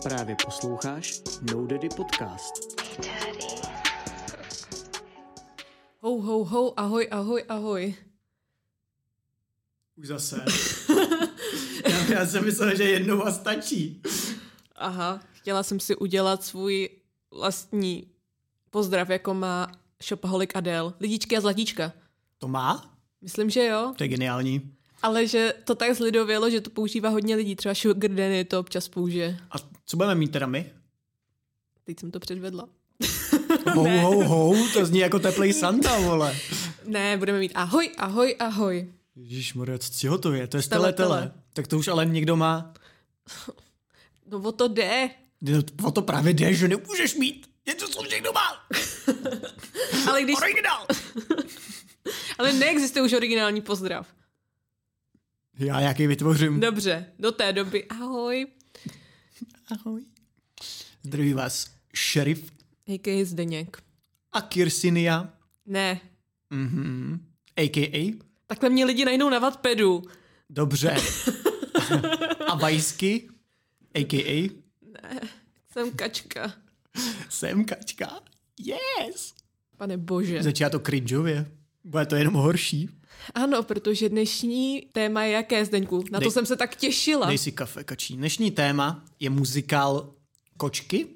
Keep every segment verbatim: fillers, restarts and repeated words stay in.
Právě posloucháš No Daddy Podcast. Hou, hou, hou, ahoj, ahoj, ahoj. Už zase. já, já jsem myslel, že jednou a stačí. Aha, chtěla jsem si udělat svůj vlastní pozdrav, jako má Shopaholic Adele. Lidičky a zlatíčka. To má? Myslím, že jo. To je geniální. Ale že to tak zlidovělo, že to používá hodně lidí. Třeba Sugar Danny to občas použije. A co budeme mít teda my? Teď jsem to předvedla. Hou, hou, hou, to zní jako teplej Santa, vole. Ne, budeme mít ahoj, ahoj, ahoj. Ježišmarja, co si hotově? To je Tele, stele, tele. Tak to už ale někdo má. No o to jde. No, o to právě jde, že nemůžeš mít něco, co už někdo má. Ale když... Originál. Ale neexistuje už originální pozdrav. Já jaký vytvořím. Dobře, do té doby ahoj. Ahoj. Zdraví vás šerif. A K A Zdeněk. A Kirsinia. Ne. Mhm. A K A. Takhle mě lidi najdou na Wattpadu. Dobře. A Vajsky. A K A. Ne, jsem kačka. Jsem kačka. Yes. Pane bože. Začíná to cringeově. Bude to jenom horší. Ano, protože dnešní téma je jaké, Zdeňku? Na to Dej, jsem se tak těšila. Dej si kafe, kačí. Dnešní téma je muzikál Kočky.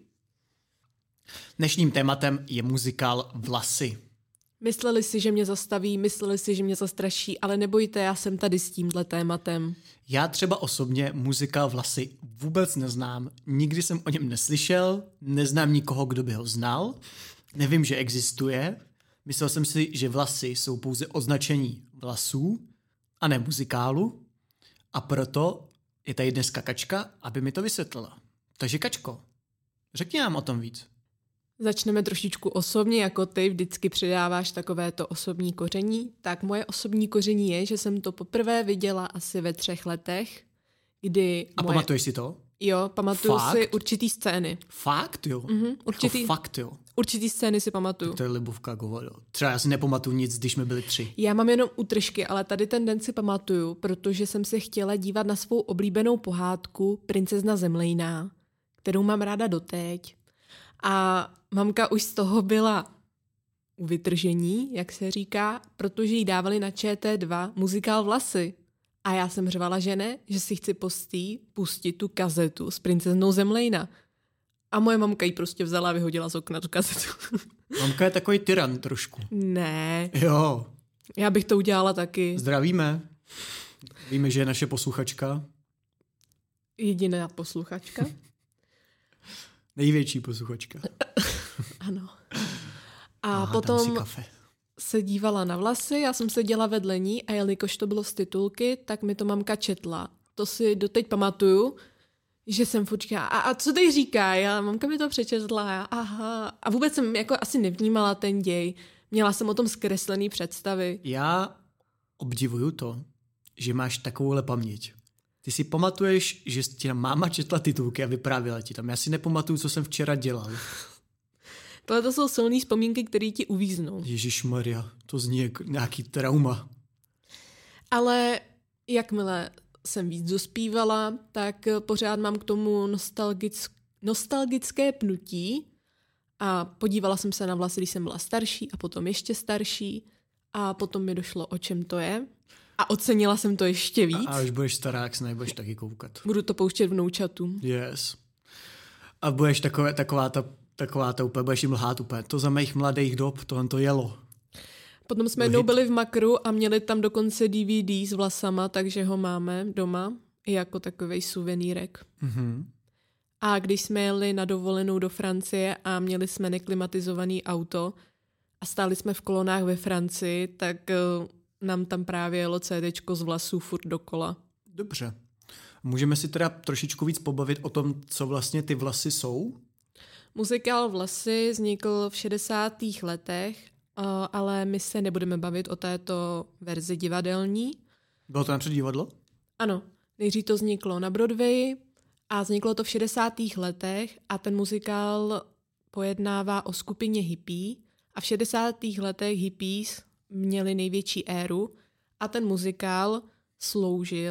Dnešním tématem je muzikál Vlasy. Mysleli si, že mě zastaví, mysleli si, že mě zastraší, ale nebojte, já jsem tady s tímhle tématem. Já třeba osobně muzikál Vlasy vůbec neznám. Nikdy jsem o něm neslyšel, neznám nikoho, kdo by ho znal. Nevím, že existuje. Myslel jsem si, že vlasy jsou pouze označení vlasů a ne muzikálu. A proto je tady dneska Kačka, aby mi to vysvětlila. Takže Kačko, řekni nám o tom víc. Začneme trošičku osobně, jako ty vždycky přidáváš takovéto osobní koření. Tak moje osobní koření je, že jsem to poprvé viděla asi ve třech letech, kdy... A moje... pamatuješ si to? Jo, pamatuju Fakt? si určitý scény. Fakt, jo? Mhm, určitý, Jako fakt, jo? určitý scény si pamatuju. To je libovka govodo. Třeba já si nepamatuju nic, když jsme byli tři. Já mám jenom útržky, ale tady ten den si pamatuju, protože jsem se chtěla dívat na svou oblíbenou pohádku Princezna Zemlejná, kterou mám ráda doteď. A mamka už z toho byla u vytržení, jak se říká, protože jí dávali na Č T dva muzikál Vlasy. A já jsem řvala, že ne, že si chci postý pustit tu kazetu s Princeznou Zemlejna. A moje mamka ji prostě vzala a vyhodila z okna tu kazetu. Mamka je takový tyran trošku. Ne, Jo. já bych to udělala taky. Zdravíme. Víme, že je naše posluchačka. Jediná posluchačka. Největší posluchačka. Ano. A Aha, potom dám si kafe. se dívala na Vlasy, já jsem seděla vedle ní a jelikož to bylo z titulky, tak mi to mamka četla. To si doteď pamatuju, že jsem furt říkala, a, a co teď říká? Já, mamka mi to přečetla, já, aha. A vůbec jsem jako asi nevnímala ten děj. Měla jsem o tom zkreslený představy. Já obdivuju to, že máš takovouhle paměť. Ty si pamatuješ, že ti máma četla titulky a vyprávěla ti tam. Já si nepamatuju, co jsem včera dělal. Tohle to jsou silné vzpomínky, které ti uvíznou. Ježišmarja, to zní jako nějaký trauma. Ale jakmile jsem víc dospívala, tak pořád mám k tomu nostalgick, nostalgické pnutí a podívala jsem se na Vlasy, když jsem byla starší a potom ještě starší a potom mi došlo, o čem to je a ocenila jsem to ještě víc. A až budeš stará, jak se nebudeš taky koukat. Budu to pouštět vnoučatům. Yes. A budeš takové, taková ta, taková ta úplně, budeš jim lhát úplně. To za mých mladých dob, tohle to jelo. Potom jsme jednou byli v Makru a měli tam dokonce D V D s Vlasama, takže ho máme doma i jako takovej suvenýrek. Mm-hmm. A když jsme jeli na dovolenou do Francie a měli jsme neklimatizovaný auto a stáli jsme v kolonách ve Francii, tak uh, nám tam právě jelo CDčko z Vlasů furt dokola. Dobře. Můžeme si teda trošičku víc pobavit o tom, co vlastně ty vlasy jsou? Muzikál Vlasy vznikl v šedesátých letech, uh, ale my se nebudeme bavit o této verzi divadelní. Bylo to napřed divadlo? Ano, nejdřív to vzniklo na Broadwayi a vzniklo to v šedesátých letech a ten muzikál pojednává o skupině hippí a v šedesátých letech hippies měli největší éru a ten muzikál sloužil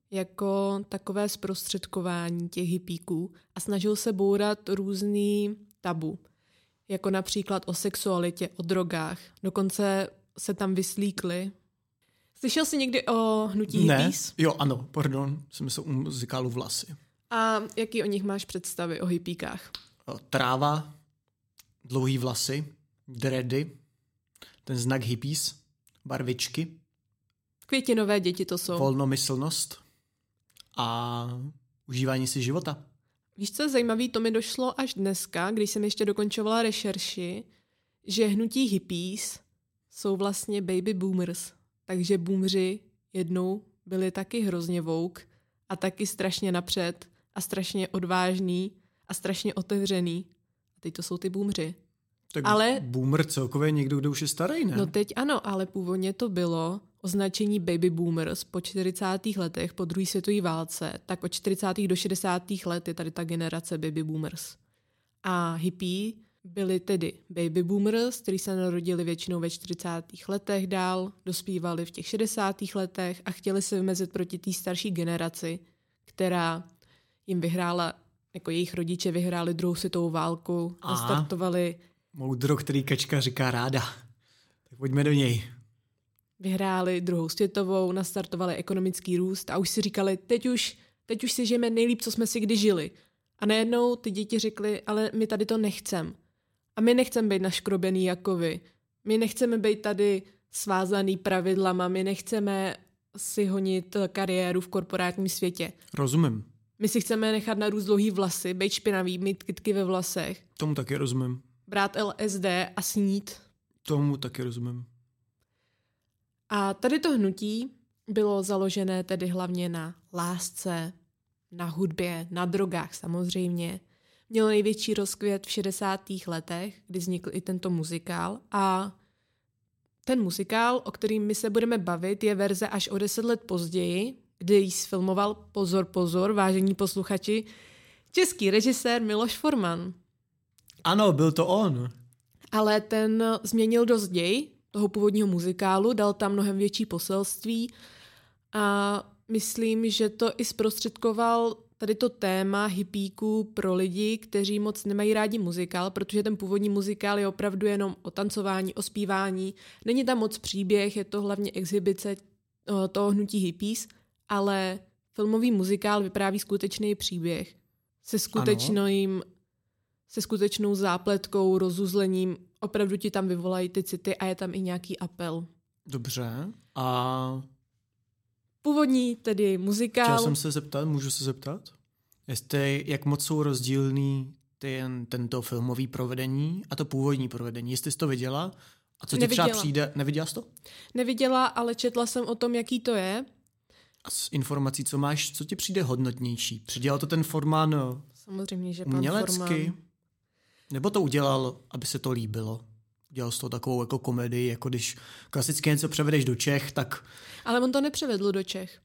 jako takové zprostředkování těch hippíků a snažil se bourat různý tabu, jako například o sexualitě, o drogách. Dokonce se tam vyslíkli. Slyšel jsi někdy o hnutí Ne, hippies? jo, ano, pardon, jsem myslel u muzikálu Vlasy. A jaký o nich máš představy, o hippíkách? Tráva, dlouhý vlasy, dready, ten znak hippies, barvičky, Květinové děti to jsou. volnomyslnost a užívání si života. Víš, co je zajímavé, to mi došlo až dneska, když jsem ještě dokončovala rešerši, že hnutí hippies jsou vlastně baby boomers. Takže boomři jednou byli taky hrozně woke a taky strašně napřed a strašně odvážný a strašně otevřený. A teď to jsou ty boomři. Tak Ale- boomer celkově někdo, kdo už je starý, ne? No teď ano, ale původně to bylo označení baby boomers po čtyřicátých letech po druhé světové válce, tak od čtyřicátých do šedesátých let je tady ta generace baby boomers. A hippie byli tedy baby boomers, kteří se narodili většinou ve čtyřicátých letech dál, dospívali v těch šedesátých letech a chtěli se vymezit proti té starší generaci, která jim vyhrála, jako jejich rodiče vyhráli druhou světovou válku a Aha. startovali Moudro, který Kačka říká ráda. Tak pojďme do něj. vyhráli druhou světovou, nastartovali ekonomický růst a už si říkali, teď už, teď už si žijeme nejlíp, co jsme si kdy žili. A najednou ty děti řekly, ale my tady to nechcem. A my nechceme být naškrobený jako vy. My nechceme být tady svázaný pravidlama, my nechceme si honit kariéru v korporátním světě. Rozumím. My si chceme nechat narůst dlouhý vlasy, být špinavý, mít kytky ve vlasech, Tomu taky rozumím. brát L S D a snít. Tomu taky rozumím. A tady to hnutí bylo založené tedy hlavně na lásce, na hudbě, na drogách samozřejmě. Mělo největší rozkvět v šedesátých letech, kdy vznikl i tento muzikál. A ten muzikál, o kterým my se budeme bavit, je verze až o deset let později, kdy ji sfilmoval, pozor, pozor, vážení posluchači, český režisér Miloš Forman. Ano, byl to on. Ale ten změnil dost děj toho původního muzikálu, dal tam mnohem větší poselství a myslím, že to i zprostředkoval tady to téma hippíků pro lidi, kteří moc nemají rádi muzikál, protože ten původní muzikál je opravdu jenom o tancování, o zpívání. Není tam moc příběh, je to hlavně exhibice toho hnutí hippies, ale filmový muzikál vypráví skutečný příběh se skutečným, se skutečnou zápletkou, rozuzlením. Opravdu ti tam vyvolají ty city a je tam i nějaký apel. Dobře. A Původní tedy muzikál. chtěl jsem se zeptat, můžu se zeptat? Jestli, jak moc jsou rozdílný ten, tento filmový provedení a to původní provedení. Jestli jsi to viděla? A co ti Neviděla. třeba přijde? Neviděla jsi to? Neviděla, ale četla jsem o tom, jaký to je. A z informací, co máš, co ti přijde hodnotnější? Přidělal to ten Forman Samozřejmě, že pan umělecky? Forman. Nebo to udělal, aby se to líbilo? Udělal jsi to takovou jako komedii, jako když klasicky něco převedeš do Čech, tak Ale on to nepřevedl do Čech.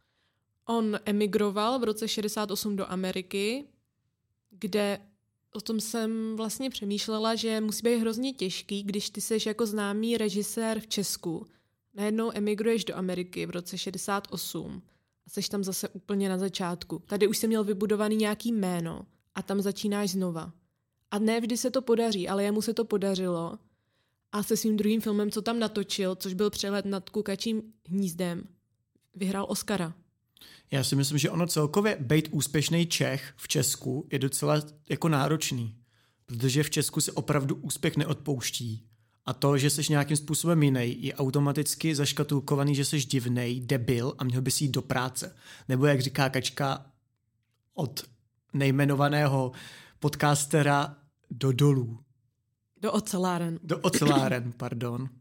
On emigroval v roce šedesát osm do Ameriky, kde o tom jsem vlastně přemýšlela, že musí být hrozně těžký, když ty seš jako známý režisér v Česku. Najednou emigruješ do Ameriky v roce šedesát osm a seš tam zase úplně na začátku. Tady už jsi měl vybudovaný nějaký jméno a tam začínáš znova. A ne vždy se to podaří, ale jemu se to podařilo. A se svým druhým filmem, co tam natočil, což byl Přelet nad kukačím hnízdem, vyhrál Oscara. já si myslím, že ono celkově být úspěšný Čech v Česku je docela jako náročný, protože v Česku se opravdu úspěch neodpouští. A to, že jsi nějakým způsobem jiný, je automaticky zaškatulkovaný, že jsi divnej, debil a měl bys jít do práce. Nebo jak říká Kačka od nejmenovaného podcastera do dolů. Do oceláren. Do oceláren, pardon.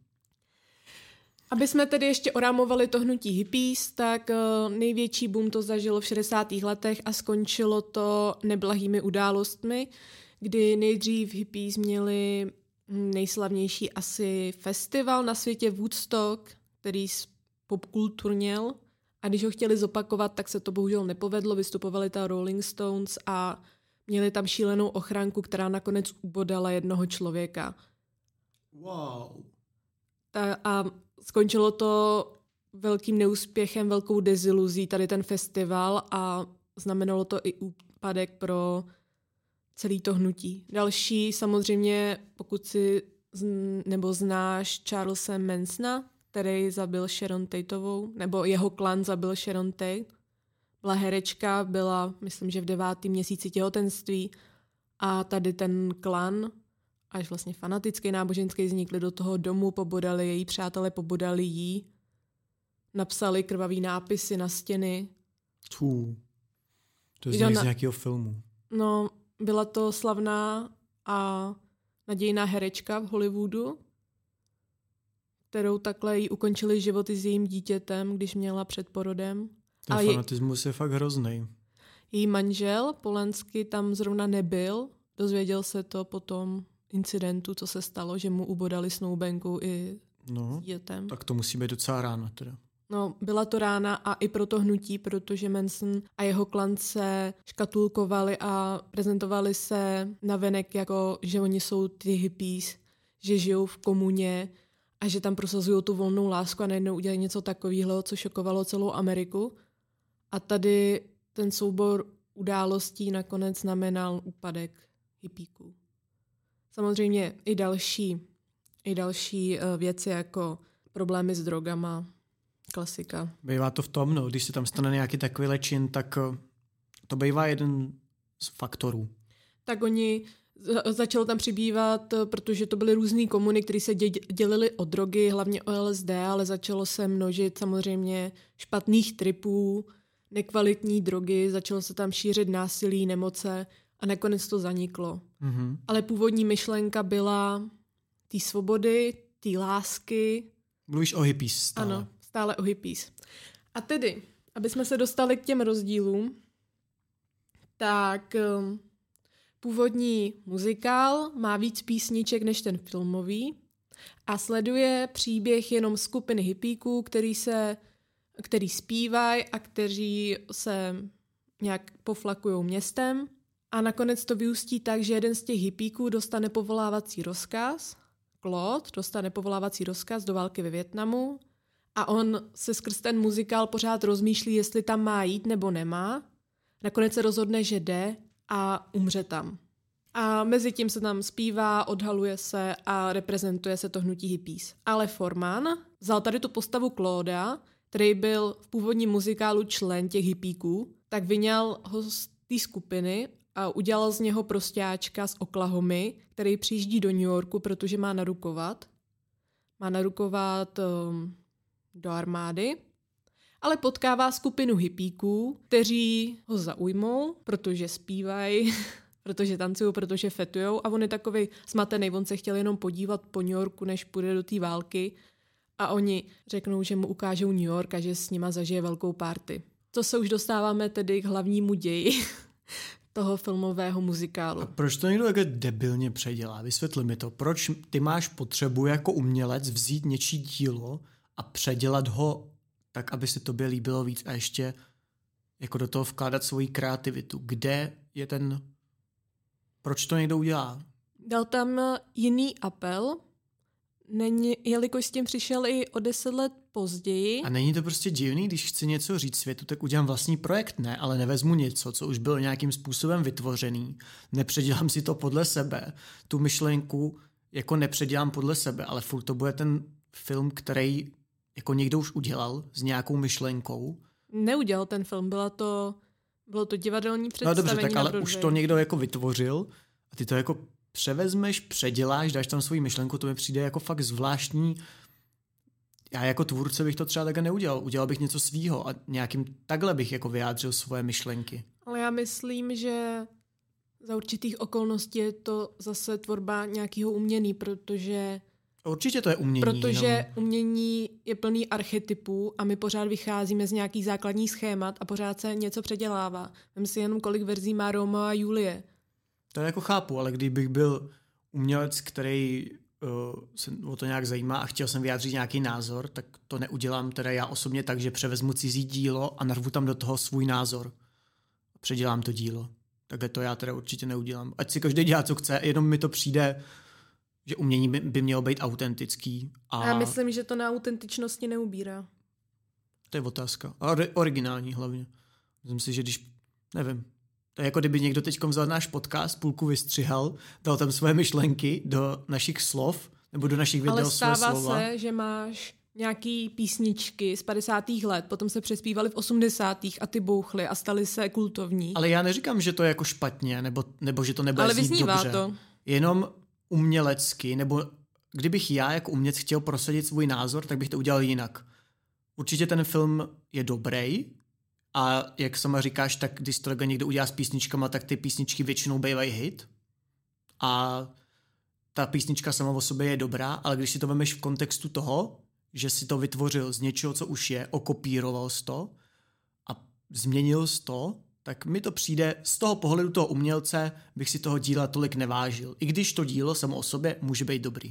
Aby jsme tedy ještě orámovali to hnutí hippies, tak uh, největší boom to zažilo v šedesátých letech a skončilo to neblahými událostmi, kdy nejdřív hippies měli nejslavnější asi festival na světě Woodstock, který popkulturněl, a když ho chtěli zopakovat, tak se to bohužel nepovedlo, vystupovali tam Rolling Stones a měli tam šílenou ochranku, která nakonec ubodala jednoho člověka. Wow. Ta, a skončilo to velkým neúspěchem, velkou deziluzí tady ten festival a znamenalo to i úpadek pro celý to hnutí. Další samozřejmě, pokud si nebo znáš Charlesa Mansona, který zabil Sharon Tateovou, nebo jeho klan zabil Sharon Tate. Byla herečka, byla, myslím, že v devátém měsíci těhotenství a tady ten klan, až vlastně fanatický náboženský, vznikli do toho domu, pobodali její přátelé, pobodali jí, napsali krvavý nápisy na stěny. Tů. To je z na... nějakého filmu. No, byla to slavná a nadějná herečka v Hollywoodu, kterou takhle jí ukončili životy s jejím dítětem, když měla před porodem. Ten a fanatismus je... je fakt hrozný. Její manžel Polanský tam zrovna nebyl. Dozvěděl se to po tom incidentu, co se stalo, že mu ubodali snoubenku i no, s dítětem. Tak to musí být docela rána teda. No, byla to rána a i pro to hnutí, protože Manson a jeho klan se škatulkovali a prezentovali se navenek jako, že oni jsou ty hippies, že žijou v komuně a že tam prosazují tu volnou lásku a najednou udělají něco takového, co šokovalo celou Ameriku. A tady ten soubor událostí nakonec znamenal úpadek hippíků. Samozřejmě i další, i další věci jako problémy s drogama, klasika. Bývá to v tom, no, když se tam stane nějaký takový čin, tak to bývá jeden z faktorů. Tak oni začalo tam přibývat, protože to byly různý komuny, které se dělily o drogy, hlavně o L S D, ale začalo se množit samozřejmě špatných tripů, nekvalitní drogy, začalo se tam šířit násilí, nemoce a nakonec to zaniklo. Mm-hmm. Ale původní myšlenka byla té svobody, té lásky. Mluvíš o hippies stále. Ano, stále o hippies. A tedy, aby jsme se dostali k těm rozdílům, tak um, původní muzikál má víc písniček než ten filmový a sleduje příběh jenom skupiny hippíků, který se, který zpívají a kteří se nějak poflakujou městem. A nakonec to vyústí tak, že jeden z těch hippíků dostane povolávací rozkaz, Claude dostane povolávací rozkaz do války ve Vietnamu a on se skrz ten muzikál pořád rozmýšlí, jestli tam má jít nebo nemá. Nakonec se rozhodne, že jde a umře tam. A mezi tím se tam zpívá, odhaluje se a reprezentuje se to hnutí hippies. Ale Forman vzal tady tu postavu Claudea, který byl v původním muzikálu člen těch hippíků, tak vyňal ho z té skupiny a udělal z něho prostáčka z Oklahomy, který přijíždí do New Yorku, protože má narukovat. Má narukovat um, do armády, ale potkává skupinu hippíků, kteří ho zaujmou, protože zpívají, protože tancují, protože fetujou a on je takovej zmatený, on se chtěl jenom podívat po New Yorku, než půjde do té války a oni řeknou, že mu ukážou New York a že s nima zažije velkou party. To se už dostáváme tedy k hlavnímu ději toho filmového muzikálu. A proč to někdo takhle debilně předělá? Vysvětli mi to. Proč ty máš potřebu jako umělec vzít něčí dílo a předělat ho tak, aby se tobě líbilo víc a ještě jako do toho vkládat svoji kreativitu? Kde je ten... Proč to někdo udělá? Dal tam jiný apel, není, jelikož s tím přišel i o deset let později. A není to prostě divný, když chci něco říct světu, tak udělám vlastní projekt, ne? Ale nevezmu něco, co už bylo nějakým způsobem vytvořený, nepředělám si to podle sebe, tu myšlenku jako nepředělám podle sebe, ale furt to bude ten film, který jako někdo už udělal s nějakou myšlenkou. Neudělal ten film, byla to, bylo to divadelní představení. No dobře, tak na ale Broadway. už to někdo jako vytvořil a ty to jako převezmeš, předěláš, dáš tam svoji myšlenku, to mi přijde jako fakt zvláštní. Já jako tvůrce bych to třeba takhle neudělal. Udělal bych něco svýho a nějakým takhle bych jako vyjádřil svoje myšlenky. Ale já myslím, že za určitých okolností je to zase tvorba nějakého umění, protože... Určitě to je umění. Protože jenom... umění je plný archetypů a my pořád vycházíme z nějakých základních schémat a pořád se něco předělává. Vem si jenom, kolik verzí má Romeo a Julie. To jako chápu, ale kdybych byl umělec, který uh, se o to nějak zajímá a chtěl jsem vyjádřit nějaký názor, tak to neudělám teda já osobně tak, že převezmu cizí dílo a narvu tam do toho svůj názor. Předělám to dílo. Takhle to já teda určitě neudělám. Ať si každý dělá, co chce, jenom mi to přijde, že umění by, by mělo být autentický. A... a já myslím, že to na autentičnosti neubírá. To je otázka. A ori- originální hlavně. Myslím si, že když, nevím, to je jako kdyby někdo teď vzal náš podcast, půlku vystřihal, dal tam své myšlenky do našich slov, nebo do našich video Ale své stává slova. se, že máš nějaký písničky z padesátých let, potom se přespívaly v osmdesátých a ty bouchly a staly se kultovní. Ale já neříkám, že to je jako špatně, nebo, nebo že to nebude Ale znít vyznívá dobře. to. Jenom umělecky, nebo kdybych já jako umělec chtěl prosadit svůj názor, tak bych to udělal jinak. Určitě ten film je dobrý a jak sama říkáš, tak když to někdo udělá s písničkama, tak ty písničky většinou bývají hit a ta písnička sama o sobě je dobrá, ale když si to vemeš v kontextu toho, že si to vytvořil z něčeho, co už je, okopíroval jsi to a změnil jsi to, tak mi to přijde, z toho pohledu toho umělce bych si toho díla tolik nevážil. I když to dílo samo o sobě může být dobrý.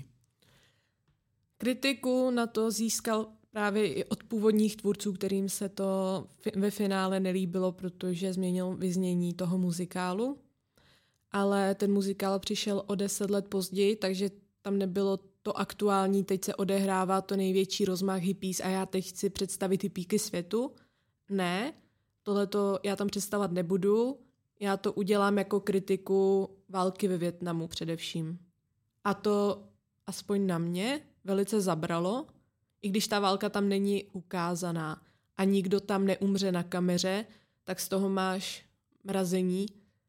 Kritiku na to získal právě i od původních tvůrců, kterým se to ve finále nelíbilo, protože změnil vyznění toho muzikálu. Ale ten muzikál přišel o deset let později, takže tam nebylo to aktuální, teď se odehrává to největší rozmach hippies a já teď chci představit hippíky světu. Ne, tohleto já tam představovat nebudu, já to udělám jako kritiku války ve Vietnamu především. A to aspoň na mě velice zabralo, i když ta válka tam není ukázaná a nikdo tam neumře na kameře, tak z toho máš mrazení.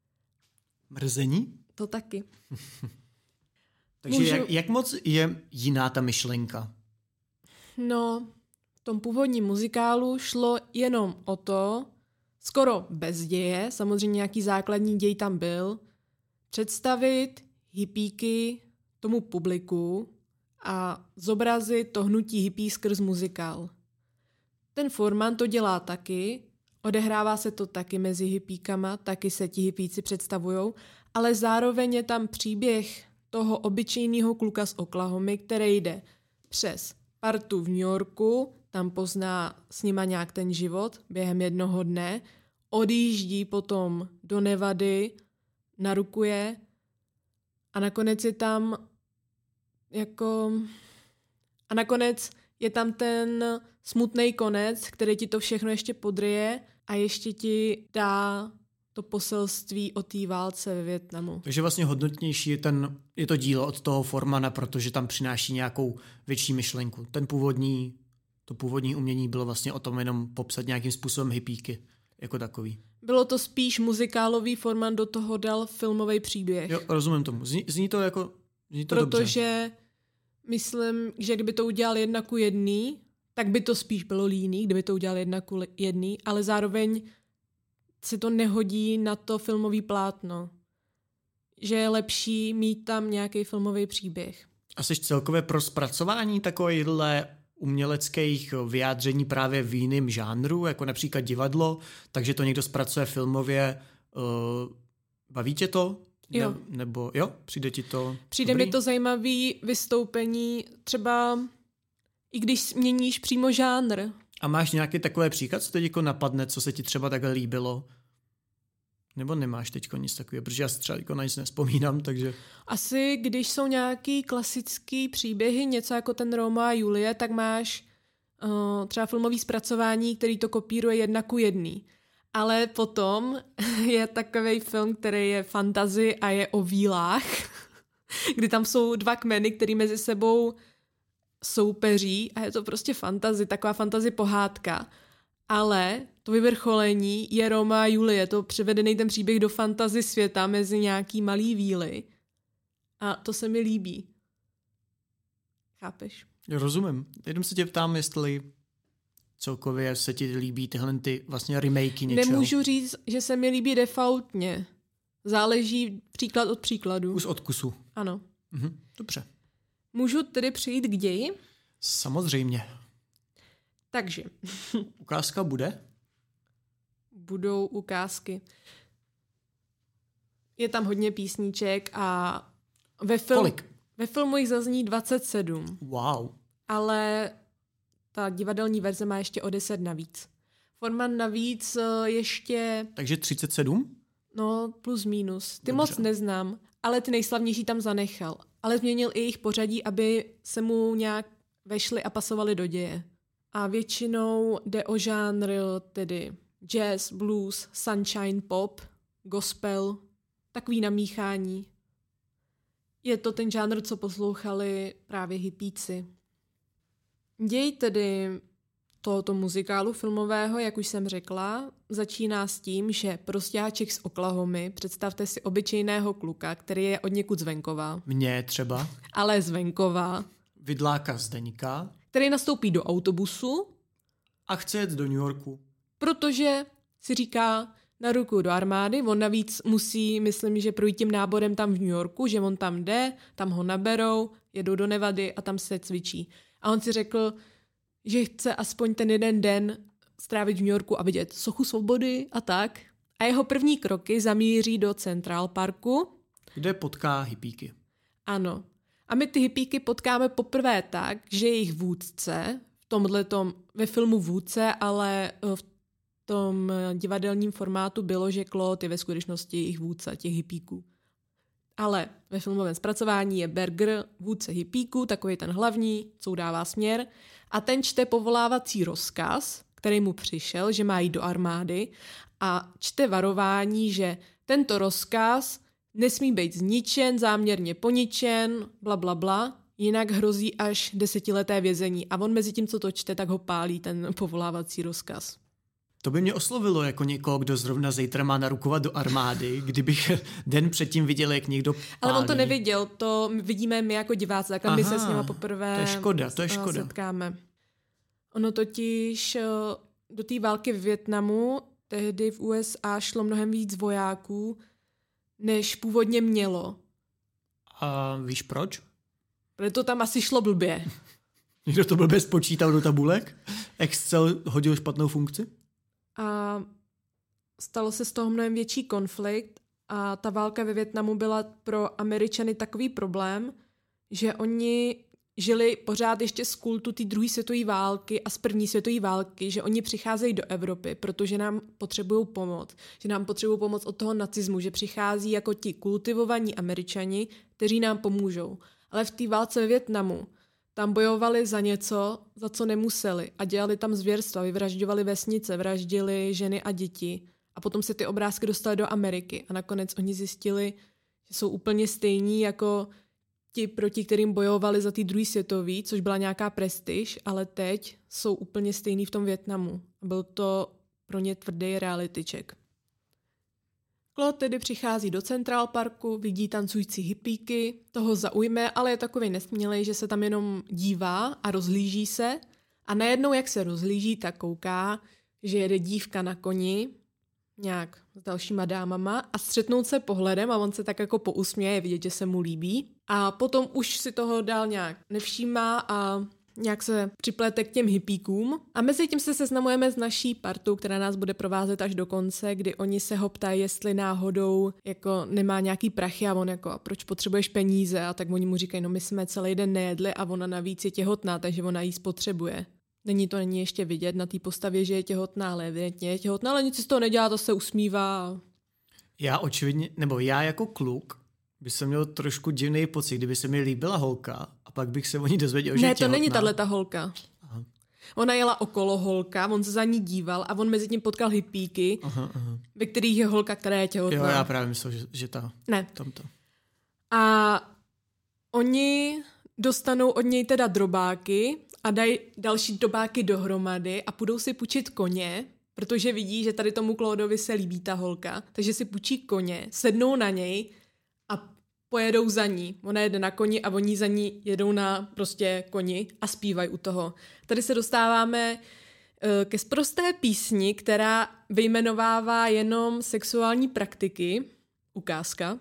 Mrzení? To taky. Takže Můžu... jak, jak moc je jiná ta myšlenka? No, v tom původním muzikálu šlo jenom o to, skoro bez děje, samozřejmě nějaký základní děj tam byl, představit hippíky tomu publiku a zobrazit to hnutí hippí skrz muzikál. Ten Furman to dělá taky, odehrává se to taky mezi hippíkama, taky se ti hippíci představujou, ale zároveň je tam příběh toho obyčejného kluka z Oklahomy, který jde přes partu v New Yorku, tam pozná s nima nějak ten život během jednoho dne, odjíždí potom do Nevady, narukuje a nakonec je tam jako... A nakonec je tam ten smutný konec, který ti to všechno ještě podryje a ještě ti dá to poselství o té válce ve Vietnamu. Takže vlastně hodnotnější je, ten, je to dílo od toho Formana, protože tam přináší nějakou větší myšlenku. Ten původní, to původní umění bylo vlastně o tom jenom popsat nějakým způsobem hippíky jako takový. Bylo to spíš muzikálový, Forman do toho dal filmový příběh. Jo, rozumím tomu. Zní, zní to jako zní to Protože dobře. myslím, že kdyby to udělal jedna ku jedný, tak by to spíš bylo líný, kdyby to udělal jedna ku jedný, ale zároveň se to nehodí na to filmový plátno. Že je lepší mít tam nějaký filmový příběh. A jsi celkově pro zpracování takovýchhle uměleckých vyjádření právě v jiném žánru, jako například divadlo, takže to někdo zpracuje filmově. Uh, baví tě to? Jo. Ne, nebo jo? Přijde ti to Přijde dobrý? mi to zajímavý vystoupení, třeba i když měníš přímo žánr. A máš nějaký takový příklad, co teď jako napadne, co se ti třeba takhle líbilo? Nebo nemáš teďko nic takového, protože já si třeba jako na nic nespomínám, takže... Asi když jsou nějaký klasický příběhy, něco jako ten Romeo a Julie, tak máš uh, třeba filmový zpracování, který to kopíruje jedna ku jedný. Ale potom je takovej film, který je fantasy a je o vílách, kdy tam jsou dva kmeny, který mezi sebou soupeří a je to prostě fantasy, taková fantasy pohádka. Ale to vyvrcholení je Romeo a Julie, je to převedený ten příběh do fantasy světa mezi nějaký malý víly. A to se mi líbí. Chápeš? Rozumím. Jenom se tě ptám, jestli celkově se ti líbí tyhle ty vlastně remakey něčeho. Nemůžu říct, že se mi líbí defaultně. Záleží příklad od příkladu. Kus od kusu. Ano. Mhm, dobře. Můžu tedy přijít k ději? Samozřejmě. Takže. Ukázka bude? Budou ukázky. Je tam hodně písniček a ve, film, Kolik? ve filmu jich zazní dvacet sedm. Wow. Ale ta divadelní verze má ještě o deset navíc. Forman navíc ještě... Takže třicet sedm? No, plus minus. Ty Dobře. moc neznám, ale ty nejslavnější tam zanechal. Ale změnil i jejich pořadí, aby se mu nějak vešly a pasovaly do děje. a většinou jde o žánr tedy jazz, blues, sunshine pop, gospel, takový namíchání. Je to ten žánr, co poslouchali právě hippíci. Děj tedy tohoto muzikálu filmového, jak už jsem řekla, začíná s tím, že prostáček z Oklahomy, představte si obyčejného kluka, který je od někud z venkova. Mě třeba. Ale z venkova. Vidláka Zdeňka. Který nastoupí do autobusu. A chce jet do New Yorku. Protože si říká na ruku do armády, on navíc musí, myslím, že projít tím náborem tam v New Yorku, že on tam jde, tam ho naberou, jedou do Nevady a tam se cvičí. A on si řekl, že chce aspoň ten jeden den strávit v New Yorku a vidět sochu svobody a tak. A jeho první kroky zamíří do Central Parku. Kde potká hippíky. Ano. A my ty hippíky potkáme poprvé tak, že jejich vůdce, v tomhletom, ve filmu vůdce, ale v tom divadelním formátu bylo, že Claude je ve skutečnosti jejich vůdce, těch hippíků. Ale ve filmovém zpracování je Berger vůdce hippíků, takový ten hlavní, co udává směr, a ten čte povolávací rozkaz, který mu přišel, že má jít do armády, a čte varování, že tento rozkaz nesmí být zničen, záměrně poničen, bla, bla, bla, jinak hrozí až desetileté vězení. A on mezi tím, co to čte, tak ho pálí ten povolávací rozkaz. To by mě oslovilo jako někoho, kdo zrovna zítra má narukovat do armády, kdybych den předtím viděl, jak někdo pálí. Ale on to neviděl, to vidíme my jako diváci, tak my se s nima poprvé to je škoda, to je škoda. setkáme. Ono totiž do té války v Vietnamu tehdy v U S A šlo mnohem víc vojáků, než původně mělo. A víš proč? Protože to tam asi šlo blbě. Někdo to blbě spočítal do tabulek? Excel hodil špatnou funkci? A stalo se z toho mnohem větší konflikt a ta válka ve Vietnamu byla pro Američany takový problém, že oni žili pořád ještě z kultu té druhé světové války a z první světové války, že oni přicházejí do Evropy, protože nám potřebují pomoc, že nám potřebují pomoc od toho nacismu, že přichází jako ti kultivovaní Američani, kteří nám pomůžou. Ale v té válce ve Vietnamu tam bojovali za něco, za co nemuseli a dělali tam zvěrstva, vyvražďovali vesnice, vraždili ženy a děti a potom se ty obrázky dostaly do Ameriky a nakonec oni zjistili, že jsou úplně stejní jako ti, proti kterým bojovali za ty druhý světový, což byla nějaká prestiž, ale teď jsou úplně stejný v tom Vietnamu. Byl to pro ně tvrdý reality check. Claude tedy přichází do Central Parku, vidí tancující hippíky, toho zaujme, ale je takový nesmělej, že se tam jenom dívá a rozhlíží se a najednou, jak se rozhlíží, tak kouká, že jede dívka na koni, nějak s dalšíma dámama a střetnout se pohledem a on se tak jako pousměje, vidět, že se mu líbí. A potom už si toho dál nějak nevšímá a nějak se připlete k těm hippíkům. A mezi tím se seznamujeme s naší partou, která nás bude provázet až do konce, kdy oni se ho ptají, jestli náhodou jako nemá nějaký prachy a on jako, a proč potřebuješ peníze? A tak oni mu říkají, no my jsme celý den nejedli a ona navíc je těhotná, takže ona jí spotřebuje. Není to není ještě vidět na té postavě, že je těhotná, ale evidentně je těhotná, ale nic si z toho nedělá, to se usmívá. Já očividně, nebo já jako kluk by jsem měl trošku divný pocit, kdyby se mi líbila holka a pak bych se o ní dozvěděl, že ne, je těhotná. Ne, to není tahleta holka. Aha. Ona jela okolo holka, on se za ní díval a on mezi tím potkal hippíky, aha, aha. ve kterých je holka, která je těhotná. Jo, já právě myslel, že, že ta... Ne. Tamto. A oni dostanou od něj teda drobáky a dají další drobáky dohromady a půjdou si půjčit koně, protože vidí, že tady tomu Claudovi se líbí ta holka, takže si půjčí koně, sednou na něj a pojedou za ní. Ona jede na koni a oni za ní jedou na prostě koni a zpívají u toho. Tady se dostáváme uh, ke sprosté písni, která vyjmenovává jenom sexuální praktiky. Ukázka.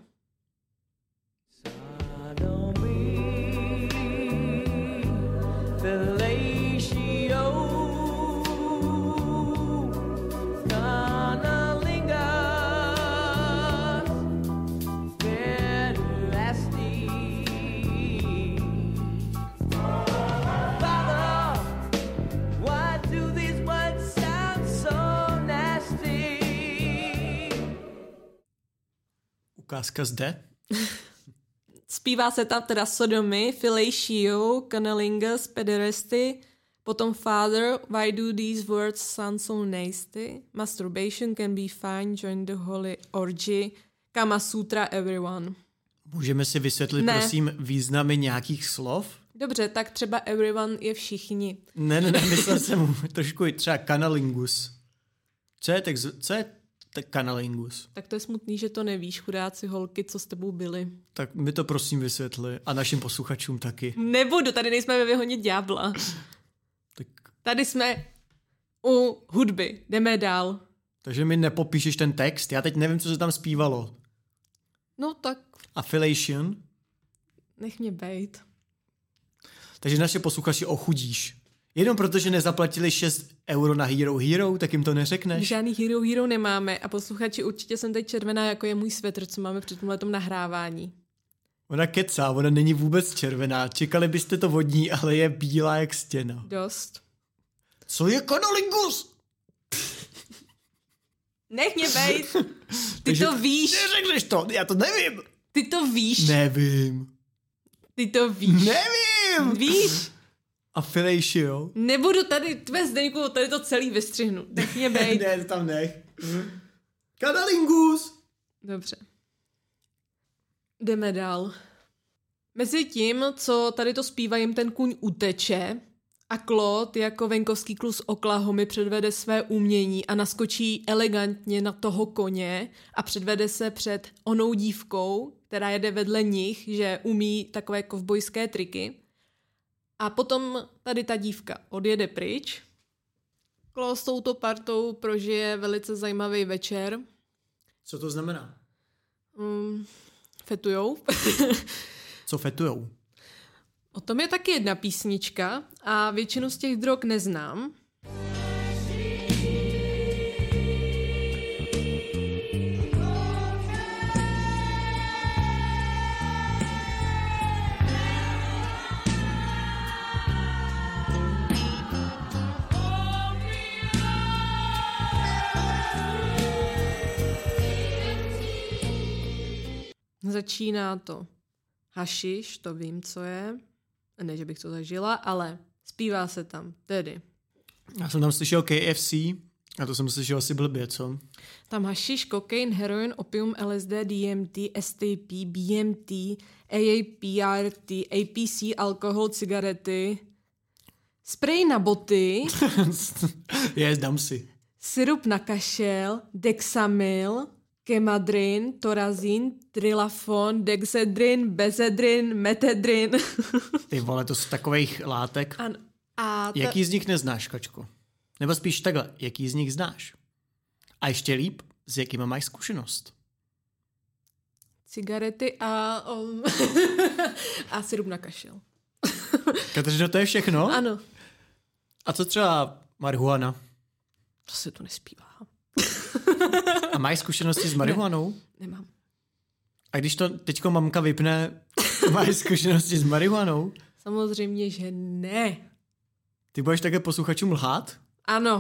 Ukázka zde. Zpívá se tam teda sodomy, fellatio, cunnilingus, pederasty, Potom Father, why do these words sound so nasty? Masturbation can be fine, join the holy orgy. Kama Sutra everyone. Můžeme si vysvětlit, ne. prosím, významy nějakých slov? Dobře, tak třeba everyone je všichni. Ne, ne, ne, myslel jsem trošku třeba canalingus. Co je, tak, co je tak canalingus? Tak to je smutný, že to nevíš, chudáci holky, co s tebou byli. Tak mi to prosím vysvětli a našim posluchačům taky. Nebudu, tady nejsme ve Vyhoně ďábla. Tak... Tady jsme u hudby, jdeme dál. Takže mi nepopíšeš ten text, já teď nevím, co se tam zpívalo. No tak... Affiliation? Nech mě bejt. Takže naše posluchači ochudíš. Jenom protože nezaplatili šest euro na Hero Hero, tak jim to neřekneš? Žádný Hero Hero nemáme a posluchači, určitě jsem teď červená, jako je můj svetr, co máme při tomhletom nahrávání. Ona kecá, ona není vůbec červená. Čekali byste to vodní, ale je bílá jak stěna. Dost. Co je canalingus? Nech mě bejt. Ty Takže to víš. Neřekneš to, já to nevím. Ty to víš. Nevím. Ty to víš. Nevím. Víš. Affiliation. Nebudu tady, tvé Zdeňku, tady to celý vystřihnu. Nech mě bejt. Ne, tam nech. Canalingus. Dobře. Jdeme dál. Mezi tím, co tady to zpívá, jim ten kůň uteče a Claude jako venkovský kluk z Oklahomy předvede své umění a naskočí elegantně na toho koně a předvede se před onou dívkou, která jede vedle nich, že umí takové kovbojské triky. A potom tady ta dívka odjede pryč. Claude s touto partou prožije velice zajímavý večer. Co to znamená? Um, fetujou. Co fetujou? O tom je taky jedna písnička a většinu z těch drog neznám. Začíná to hašiš, to vím, co je. Ne, že bych to zažila, ale zpívá se tam tedy. Já jsem tam slyšel K F C a to jsem slyšel asi blbě, co? Tam hašiš, kokain, heroin, opium, L S D, D M T, S T P, B M T, A A P R T, A P C, alkohol, cigarety, sprej na boty, je, dám si. syrup na kašel, dexamyl, kemadrin, torazin, trilafon, dexedrin, bezedrin, metedrin. Ty vole, to jsou takových látek. Ano. A ta... Jaký z nich neznáš, Kačko? Nebo spíš takhle, jaký z nich znáš? A ještě líp, s jakýma máš zkušenost? Cigarety a... Um, a syrup na kašel. Kateřino, to je všechno? Ano. A co třeba marihuana? To se tu nespívá. A máš zkušenosti s marihuanou? Ne, nemám. A když to teďko mamka vypne, máš zkušenosti s marihuanou? Samozřejmě, že ne. Ty budeš také posluchačům lhát? Ano.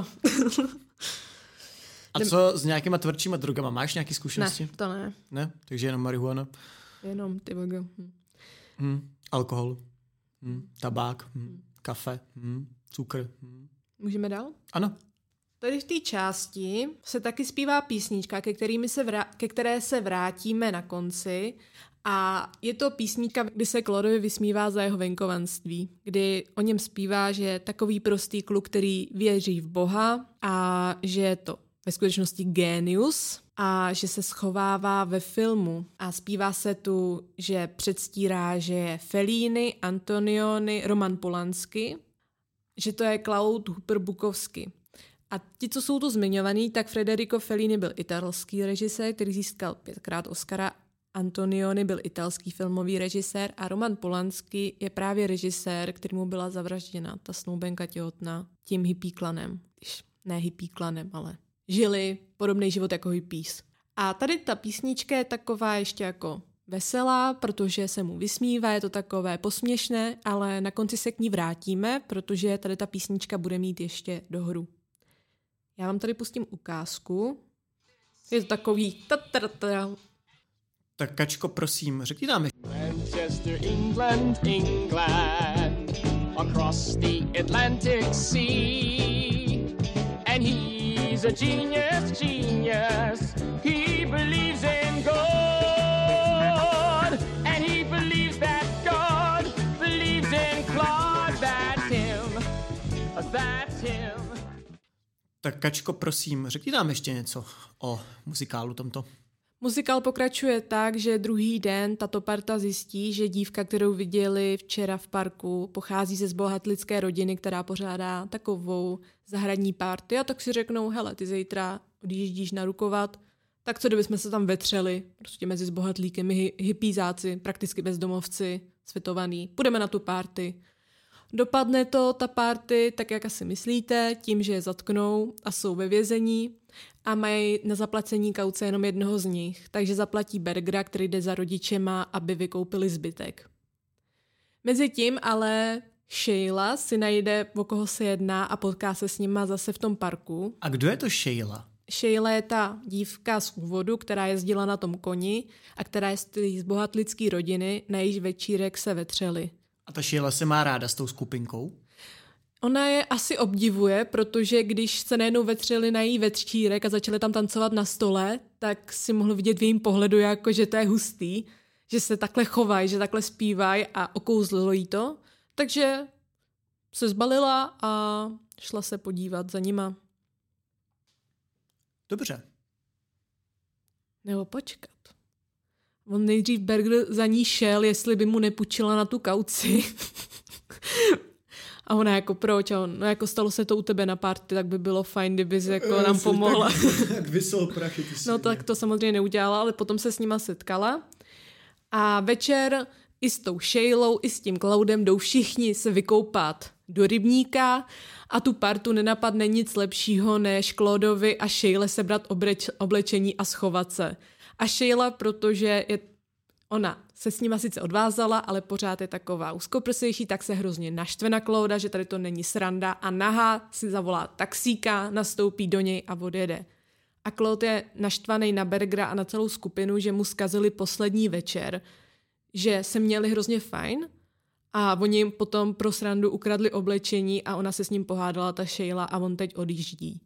A co s nějakýma tvrdšíma drogama? Máš nějaké zkušenosti? Ne, to ne. Ne? Takže jenom marihuana? Jenom ty bogo. Hm. Hmm. Alkohol? Hmm. Tabák? Hmm. Kafe? Hmm. Cukr? Hmm. Můžeme dál? Ano. Tady v té části se taky zpívá písnička, ke, kterými se vrá- ke které se vrátíme na konci. A je to písnička, kdy se Claudeovi vysmívá za jeho venkovanství, kdy o něm zpívá, že je takový prostý kluk, který věří v Boha a že je to ve skutečnosti génius a že se schovává ve filmu. A zpívá se tu, že předstírá, že je Fellini, Antonioni, Roman Polanski, že to je Claude Hooper Bukowski. A ti, co jsou tu zmiňovaný, tak Federico Fellini byl italský režisér, který získal pětkrát Oscara. Antonioni byl italský filmový režisér a Roman Polanski je právě režisér, kterému byla zavražděna ta snoubenka těhotná tím hippie-klanem. Ne hippie-klanem, ale žili podobný život jako hippies. A tady ta písnička je taková ještě jako veselá, protože se mu vysmívá, je to takové posměšné, ale na konci se k ní vrátíme, protože tady ta písnička bude mít ještě dohru. Já vám tady pustím ukázku. Je to takový... Tak Kačko, prosím, řekni nám. Manchester, England, England. across the Atlantic Sea. And he's a genius, genius. He believes in God. And he believes that God believes in Claude. That's him. That's him. Tak Kačko, prosím, řekni nám ještě něco o muzikálu tomto. Muzikál pokračuje tak, že druhý den tato parta zjistí, že dívka, kterou viděli včera v parku, pochází ze zbohatlické rodiny, která pořádá takovou zahradní party, a tak si řeknou, hele, ty zítra odjíždíš narukovat, tak co kdybychom se tam vetřeli, prostě mezi zbohatlíky, my hippízáci, prakticky bezdomovci, světovaný, půjdeme na tu party. Dopadne to, ta party, tak jak asi myslíte, tím, že je zatknou a jsou ve vězení a mají na zaplacení kauce jenom jednoho z nich, takže zaplatí Bergera, který jde za rodičema, aby vykoupili zbytek. Mezitím ale Sheila si najde, o koho se jedná, a potká se s nima zase v tom parku. A kdo je to Sheila? Sheila je ta dívka z úvodu, která jezdila na tom koni a která je z té zbohatlické rodiny, na jejíž večírek se vetřeli. A ta Sheila se má ráda s tou skupinkou? Ona je asi obdivuje, protože když se najednou vetřeli na její večírek a začali tam tancovat na stole, tak si mohl vidět v jejím pohledu, jako, že to je hustý, že se takhle chovají, že takhle zpívají a okouzlilo jí to. Takže se zbalila a šla se podívat za nima. Dobře. Nebo počkat. On nejdřív Berger za ní šel, jestli by mu nepůjčila na tu kauci. A ona jako proč? A on, no jako stalo se to u tebe na party, tak by bylo fajn, kdybys jako nám pomohla. Tak, tak vysel prachy. Ty no tak to samozřejmě neudělala, ale potom se s nima setkala. A večer i s tou Sheilou, i s tím Claudem jdou všichni se vykoupat do rybníka a tu partu nenapadne nic lepšího, než Claudovi a Sheile sebrat obleč, oblečení a schovat se. A Sheila, protože je, ona se s nima sice odvázala, ale pořád je taková úzkoprsejší, tak se hrozně naštve na Clauda, že tady to není sranda, a nahá si zavolá taxíka, nastoupí do něj a odjede. A Claude je naštvaný na Bergera a na celou skupinu, že mu zkazili poslední večer, že se měli hrozně fajn a oni jim potom pro srandu ukradli oblečení a ona se s ním pohádala, ta Sheila, a on teď odjíždí.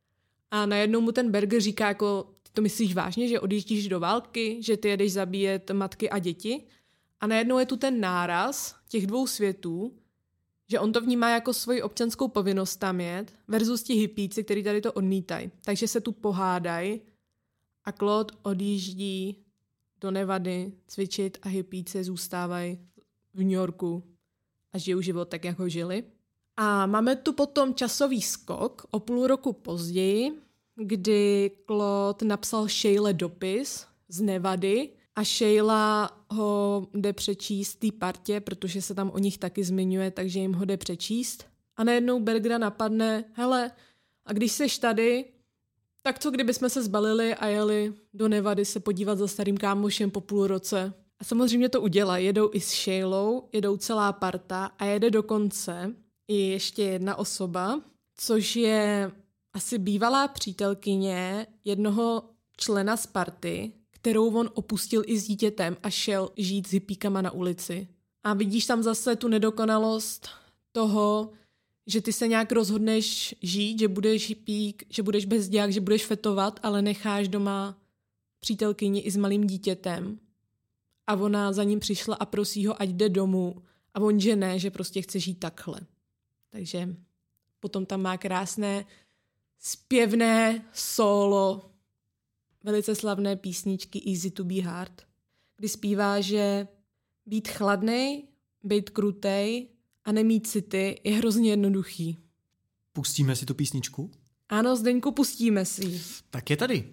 A najednou mu ten Berger říká jako, to myslíš vážně, že odjíždíš do války, že ty jedeš zabíjet matky a děti? A najednou je tu ten náraz těch dvou světů, že on to vnímá jako svoji občanskou povinnost tam jet, versus ti hippíci, kteří tady to odmítají. Takže se tu pohádají a Claude odjíždí do Nevady cvičit a hippíci zůstávají v New Yorku a žijou život tak, jak ho žili. A máme tu potom časový skok o půl roku později, kdy Claude napsal Sheile dopis z Nevady a Sheila ho jde přečíst té partě, protože se tam o nich taky zmiňuje, takže jim ho jde přečíst. A najednou Bergera napadne, hele, a když seš tady, tak co kdybychom se zbalili a jeli do Nevady se podívat za starým kámošem po půl roce. A samozřejmě to udělají, jedou i s Sheilou, jedou celá parta a jede dokonce i ještě jedna osoba, což je asi bývalá přítelkyně jednoho člena z party, kterou on opustil i s dítětem a šel žít s hippíkama na ulici. A vidíš tam zase tu nedokonalost toho, že ty se nějak rozhodneš žít, že budeš hippík, že budeš bezdělák, že budeš fetovat, ale necháš doma přítelkyni i s malým dítětem. A ona za ním přišla a prosí ho, ať jde domů. A on, že ne, že prostě chce žít takhle. Takže potom tam má krásné zpěvné solo, velice slavné písničky Easy to be hard, kdy zpívá, že být chladnej, být krutej a nemít city je hrozně jednoduchý. Pustíme si tu písničku? Ano, Zdeňku, pustíme si. Tak je tady.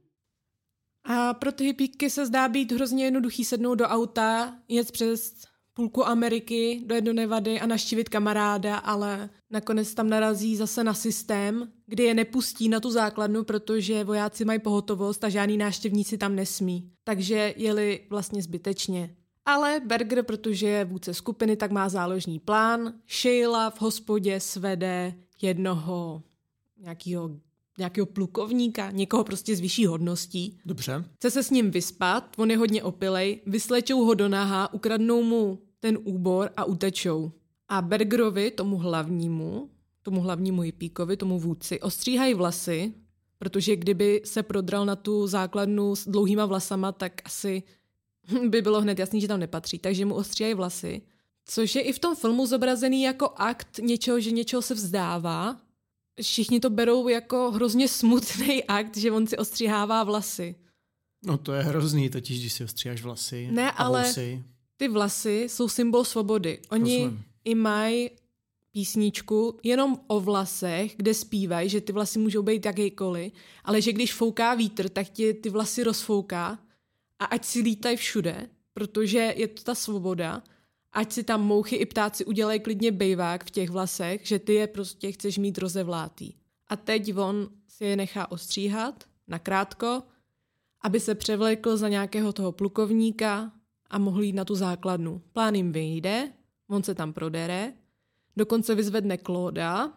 A pro ty hippíky se zdá být hrozně jednoduchý sednout do auta, jet přes půlku Ameriky, dojet do Nevady a navštívit kamaráda, ale nakonec tam narazí zase na systém, kdy je nepustí na tu základnu, protože vojáci mají pohotovost a žádný návštěvníci tam nesmí. Takže jeli vlastně zbytečně. Ale Berger, protože je vůdce skupiny, tak má záložní plán. Sheila v hospodě svede jednoho nějakého, nějakého plukovníka, někoho prostě s vyšší hodností. Dobře. Chce se s ním vyspat, on je hodně opilej, vyslečou ho do naha, ukradnou mu ten úbor a utečou. A Bergerovi, tomu hlavnímu, tomu hlavnímu hippíkovi, tomu vůdci, ostříhají vlasy, protože kdyby se prodral na tu základnu s dlouhýma vlasama, tak asi by bylo hned jasný, že tam nepatří, takže mu ostříhají vlasy. Což je i v tom filmu zobrazený jako akt něčeho, že něčeho se vzdává. Všichni to berou jako hrozně smutný akt, že on si ostříhává vlasy. No to je hrozný, totiž, když si ostříháš vlasy. Ne, a ale vousy. Ty vlasy jsou symbol svobody. Oni Rozumím. i mají písničku jenom o vlasech, kde zpívají, že ty vlasy můžou být jakýkoliv, ale že když fouká vítr, tak ti ty vlasy rozfouká a ať si lítají všude, protože je to ta svoboda, ať si tam mouchy i ptáci udělají klidně bejvák v těch vlasech, že ty je prostě chceš mít rozevlátý. A teď on si je nechá ostříhat nakrátko, aby se převlékl za nějakého toho plukovníka a mohl jít na tu základnu. Plán jim vyjde, on se tam prodere, dokonce vyzvedne Clauda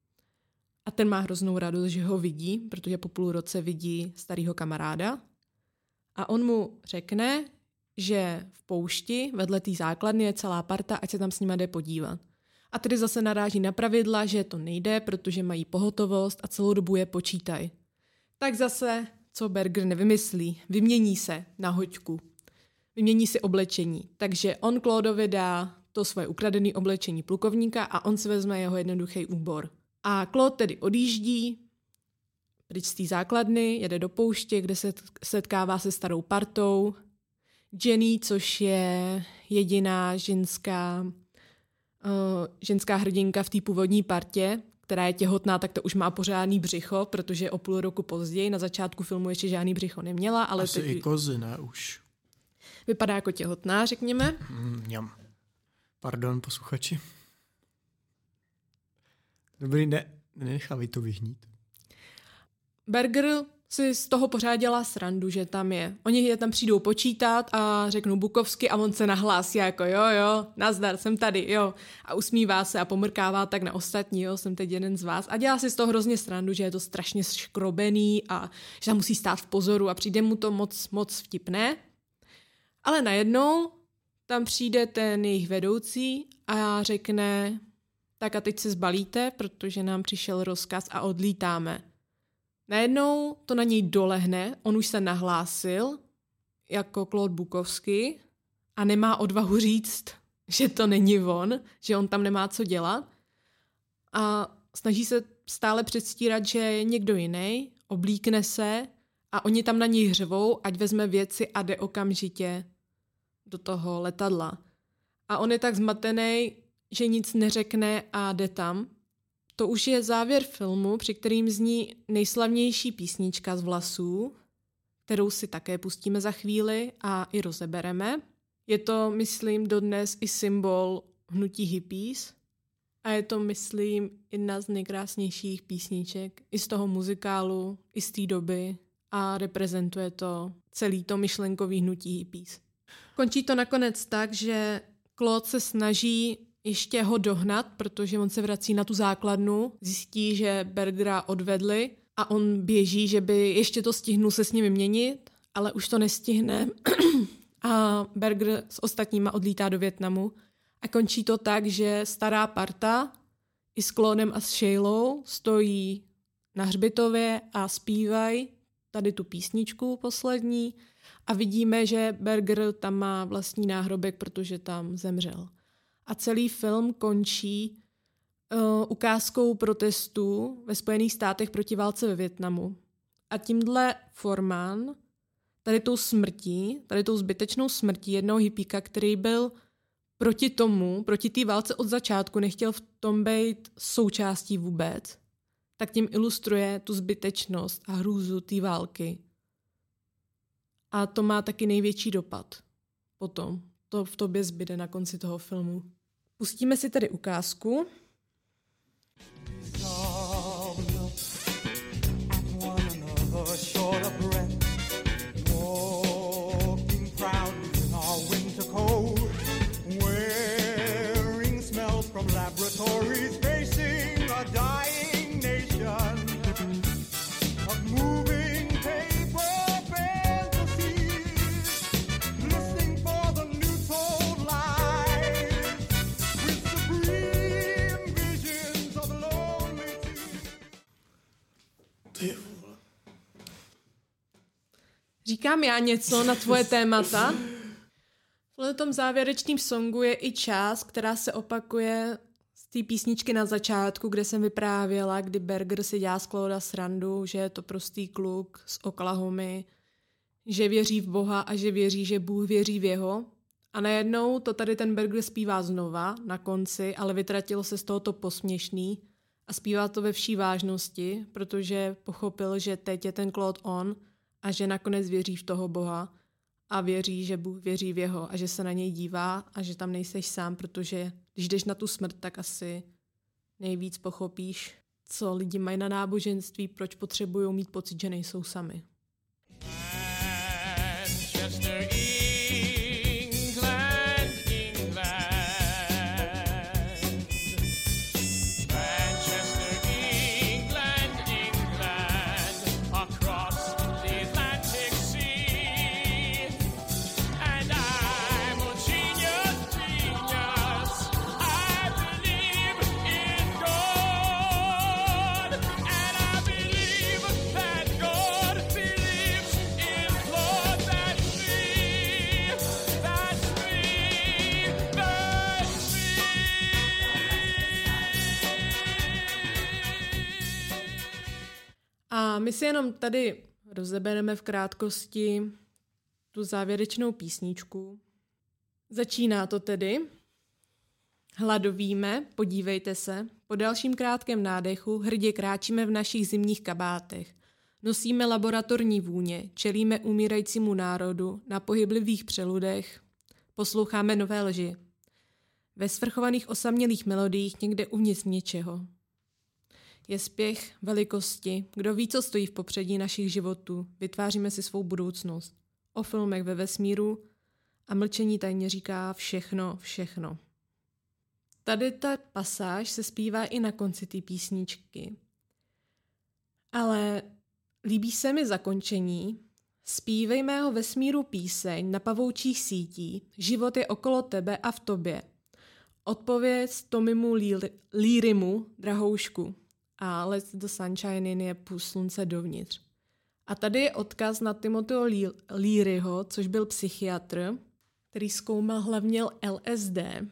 a ten má hroznou radost, že ho vidí, protože po půl roce vidí starýho kamaráda. A on mu řekne, že v poušti vedle té základny je celá parta, ať se tam s nima jde podívat. A tedy zase naráží na pravidla, že to nejde, protože mají pohotovost a celou dobu je počítají. Tak zase, co Berger nevymyslí, vymění se na hoďku. Vymění si oblečení. Takže on Claudovi dá to svoje ukradené oblečení plukovníka a on si vezme jeho jednoduchý úbor. A Claude tedy odjíždí pryč z té základny, jede do pouště, kde se setkává se starou partou. Jenny, což je jediná ženská, uh, ženská hrdinka v té původní partě, která je těhotná, tak to už má pořádný břicho, protože o půl roku později, na začátku filmu ještě žádný břicho neměla. Ale Asi teď i kozy, ne už. Vypadá jako těhotná, řekněme. Mm, jam. Pardon, posluchači. Dobrý, ne, nenechávej to vyhnít. Berger si z toho pořád dělá srandu, že tam je. Oni je tam přijdou počítat a řeknou bukovsky a on se nahlásí jako jo, jo, nazdar, jsem tady, jo. A usmívá se a pomrkává tak na ostatní, jo, jsem teď jeden z vás. A dělá si z toho hrozně srandu, že je to strašně škrobený a že tam musí stát v pozoru a přijde mu to moc, moc vtipné. Ale najednou tam přijde ten jejich vedoucí a řekne, tak a teď se zbalíte, protože nám přišel rozkaz a odlítáme. Najednou to na něj dolehne, on už se nahlásil jako Claude Bukovský a nemá odvahu říct, že to není on, že on tam nemá co dělat a snaží se stále předstírat, že je někdo jiný, oblíkne se a oni tam na něj hřvou, ať vezme věci a jde okamžitě do toho letadla. A on je tak zmatený, že nic neřekne a jde tam. To už je závěr filmu, při kterým zní nejslavnější písnička z Vlasů, kterou si také pustíme za chvíli a i rozebereme. Je to, myslím, dodnes i symbol hnutí hippies a je to, myslím, jedna z nejkrásnějších písniček i z toho muzikálu, i z té doby a reprezentuje to celý to myšlenkový hnutí hippies. Končí to nakonec tak, že Claude se snaží ještě ho dohnat, protože on se vrací na tu základnu, zjistí, že Bergera odvedli a on běží, že by ještě to stihnul se s ním vyměnit, ale už to nestihne a Berger s ostatníma odlítá do Vietnamu a končí to tak, že stará parta i s Claudem a s Sheilou stojí na hřbitově a zpívají tady tu písničku poslední a vidíme, že Berger tam má vlastní náhrobek, protože tam zemřel. A celý film končí uh, ukázkou protestů ve Spojených státech proti válce ve Vietnamu. A tímhle Foreman, tady tou smrtí, tady tou zbytečnou smrtí jednoho hippíka, který byl proti tomu, proti té válce od začátku, nechtěl v tom být součástí vůbec, tak tím ilustruje tu zbytečnost a hrůzu té války. A to má taky největší dopad potom. to v tobě zbyde na konci toho filmu. Pustíme si tedy ukázku. Říkám já něco na tvoje témata? V tom závěrečném songu je i část, která se opakuje z té písničky na začátku, kde jsem vyprávěla, kdy Berger si dělá z Clauda srandu, že je to prostý kluk z Oklahomy, že věří v Boha a že věří, že Bůh věří v jeho. A najednou to tady ten Berger zpívá znova na konci, ale vytratilo se z tohoto posměšný a zpívá to ve vší vážnosti, protože pochopil, že teď je ten Claude on a že nakonec věří v toho Boha a věří, že Bůh věří v jeho a že se na něj dívá a že tam nejseš sám, protože když jdeš na tu smrt, tak asi nejvíc pochopíš, co lidi mají na náboženství, proč potřebují mít pocit, že nejsou sami. Manchester, England, England. Manchester, England, England. Across the Atlantic Sea. And I'm a genius, genius. I believe in God. And I believe that God believes in Lord. That's me. That's me. That's me. A my si jenom tady rozebereme v krátkosti tu závěrečnou písničku. Začíná to tedy. Hladovíme, podívejte se, po dalším krátkém nádechu hrdě kráčíme v našich zimních kabátech. Nosíme laboratorní vůně, čelíme umírajícímu národu na pohyblivých přeludech, posloucháme nové lži. Ve svrchovaných osamělých melodiích někde uvnitř něčeho. Je spěch velikosti, kdo ví, co stojí v popředí našich životů, vytváříme si svou budoucnost. O filmech ve vesmíru a mlčení tajně říká všechno, všechno. Tady ta pasáž se zpívá i na konci té písničky. Ale líbí se mi zakončení. Zpívej mého vesmíru píseň na pavoučích sítí, život je okolo tebe a v tobě. Odpověz Tomimu Learymu, drahoušku. A let the sunshine in je půl slunce dovnitř. A tady je odkaz na Timothyho Learyho, což byl psychiatr, který zkoumal hlavně L S D.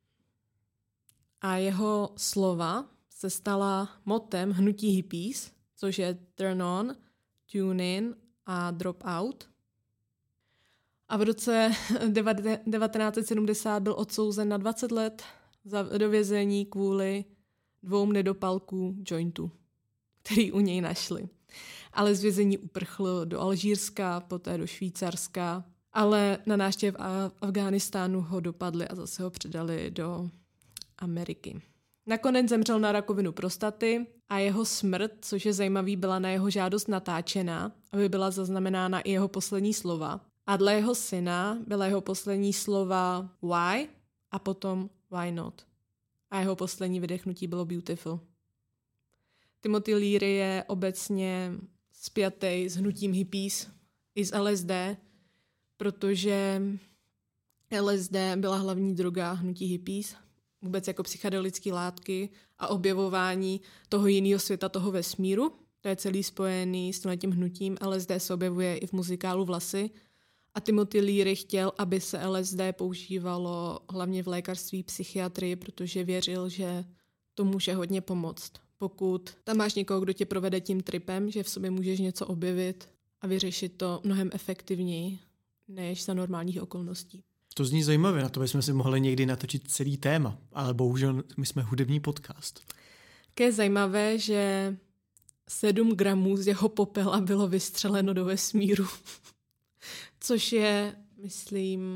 A jeho slova se stala motem hnutí hippies, což je turn on, tune in a drop out. A v roce devatenáct set sedmdesát byl odsouzen na dvacet let do vězení kvůli dvou nedopalků jointu, který u něj našli. Ale z vězení uprchl do Alžírska, poté do Švýcarska, ale na návštěvě v Afghánistánu ho dopadli a zase ho předali do Ameriky. Nakonec zemřel na rakovinu prostaty a jeho smrt, což je zajímavý, byla na jeho žádost natáčena, aby byla zaznamenána i jeho poslední slova. A dle jeho syna byla jeho poslední slova why a potom why not. A jeho poslední vydechnutí bylo beautiful. Timothy Leary je obecně spjatý s hnutím hippies i s L S D, protože L S D byla hlavní droga hnutí hippies, vůbec jako psychedelické látky a objevování toho jiného světa, toho vesmíru. To je celý spojený s tím hnutím. L S D se objevuje i v muzikálu Vlasy. A Timothy Leary chtěl, aby se L S D používalo hlavně v lékařství, psychiatrii, protože věřil, že to může hodně pomoct. Pokud tam máš někoho, kdo tě provede tím tripem, že v sobě můžeš něco objevit a vyřešit to mnohem efektivněji, než za normálních okolností. To zní zajímavě, na to bychom si mohli někdy natočit celý téma, ale bohužel my jsme hudební podcast. Také je zajímavé, že sedm gramů z jeho popela bylo vystřeleno do vesmíru. Což je, myslím,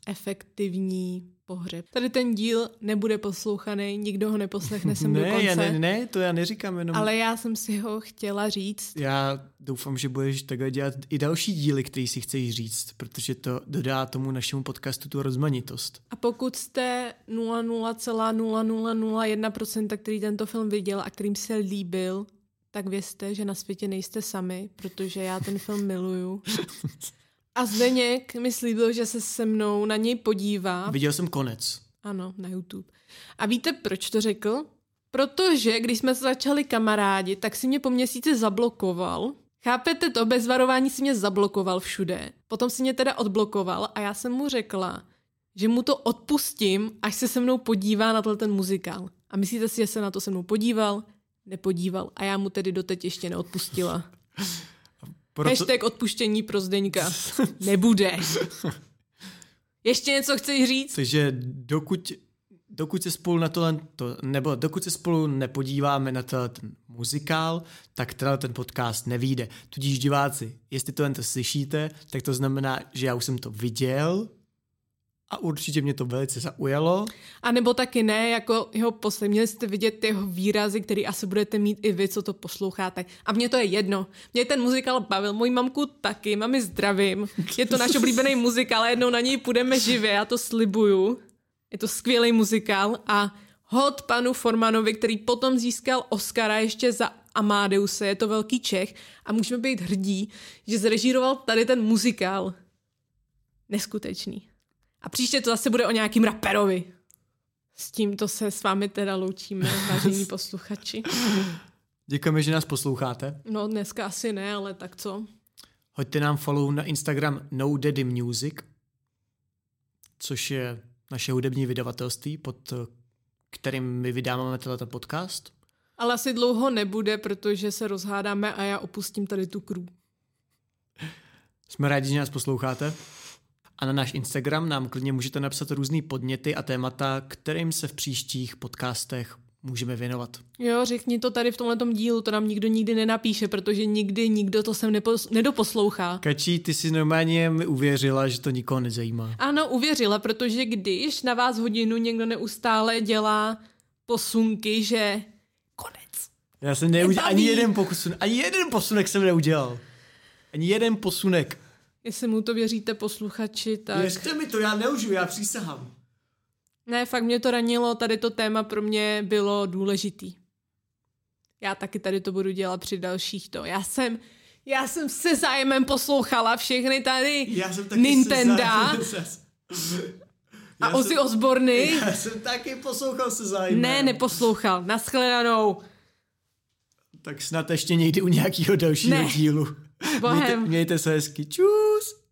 efektivní pohřeb. Tady ten díl nebude poslouchaný, nikdo ho neposlechne sem ne, do konce. Já ne, ne, to já neříkám jenom. Ale já jsem si ho chtěla říct. Já doufám, že budeš takhle dělat i další díly, který si chceš říct, protože to dodá tomu našemu podcastu tu rozmanitost. A pokud jste nula nula celá nula nula nula jedna procenta, který tento film viděl a kterým se líbil, tak vězte, že na světě nejste sami, protože já ten film miluju. A Zdeněk mi slíbil, že se se mnou na něj podívá. Viděl jsem konec. Ano, na YouTube. A víte, proč to řekl? Protože když jsme se začali kamarádi, tak si mě po měsíci zablokoval. Chápete to? Bez varování si mě zablokoval všude. Potom si mě teda odblokoval a já jsem mu řekla, že mu to odpustím, až se se mnou podívá na ten muzikál. A myslíte si, že se na to se mnou podíval? Nepodíval. A já mu tedy doteď ještě neodpustila. Proto... Hashtag odpuštění pro Zdeňka. Nebude. Ještě něco chceš říct? Takže dokud, dokud se spolu na tohle, to, nebo dokud se spolu nepodíváme na ten muzikál, tak teda ten podcast nevyjde. Tudíž diváci, jestli tohle to slyšíte, tak to znamená, že já už jsem to viděl a určitě mě to velice zaujalo. A nebo taky ne, jako jeho poslední, měli jste vidět jeho výrazy, který asi budete mít i vy, co to posloucháte. A mně to je jedno. Mě ten muzikál bavil, moji mamku taky, mami zdravím. Je to náš oblíbený muzikál, jednou na něj půjdeme živě, já to slibuju. Je to skvělý muzikál a hod panu Formanovi, který potom získal Oscara ještě za Amadeuse, je to velký Čech a můžeme být hrdí, že zrežíroval tady ten muzikál. Neskutečný. A příště to zase bude o nějakým raperovi. S tímto se s vámi teda loučíme, vážení posluchači. Děkujeme, že nás posloucháte. No dneska asi ne, ale tak co? Hoďte nám follow na Instagram No Daddy Music, což je naše hudební vydavatelství, pod kterým my vydáváme tenhle podcast. Ale asi dlouho nebude, protože se rozhádáme a já opustím tady tu crew. Jsme rádi, že nás posloucháte. A na náš Instagram nám klidně můžete napsat různý podněty a témata, kterým se v příštích podcastech můžeme věnovat. Jo, řekni to tady v tomhletom dílu, to nám nikdo nikdy nenapíše, protože nikdy nikdo to sem nepos- nedoposlouchá. Kačí, ty si normálně mi uvěřila, že to nikoho nezajímá. Ano, uvěřila, protože když na vás hodinu někdo neustále dělá posunky, že konec. Já jsem neudělal ani jeden posun, ani jeden posunek jsem neudělal. Ani jeden posunek. Jestli mu to věříte, posluchači, tak... Věřte mi to, já neužiju, já přísahám. Ne, fakt mě to ranilo, tady to téma pro mě bylo důležitý. Já taky tady to budu dělat při dalších to. Já jsem, já jsem se zájmem poslouchala všechny tady já jsem taky Nintendo a já Ozzy jsem, Osbourny. Já jsem taky poslouchal se zájmem. Ne, neposlouchal. Nashledanou. Tak snad ještě někdy u nějakého dalšího ne. dílu. Bohem. Mějte, mějte se hezky. Čus.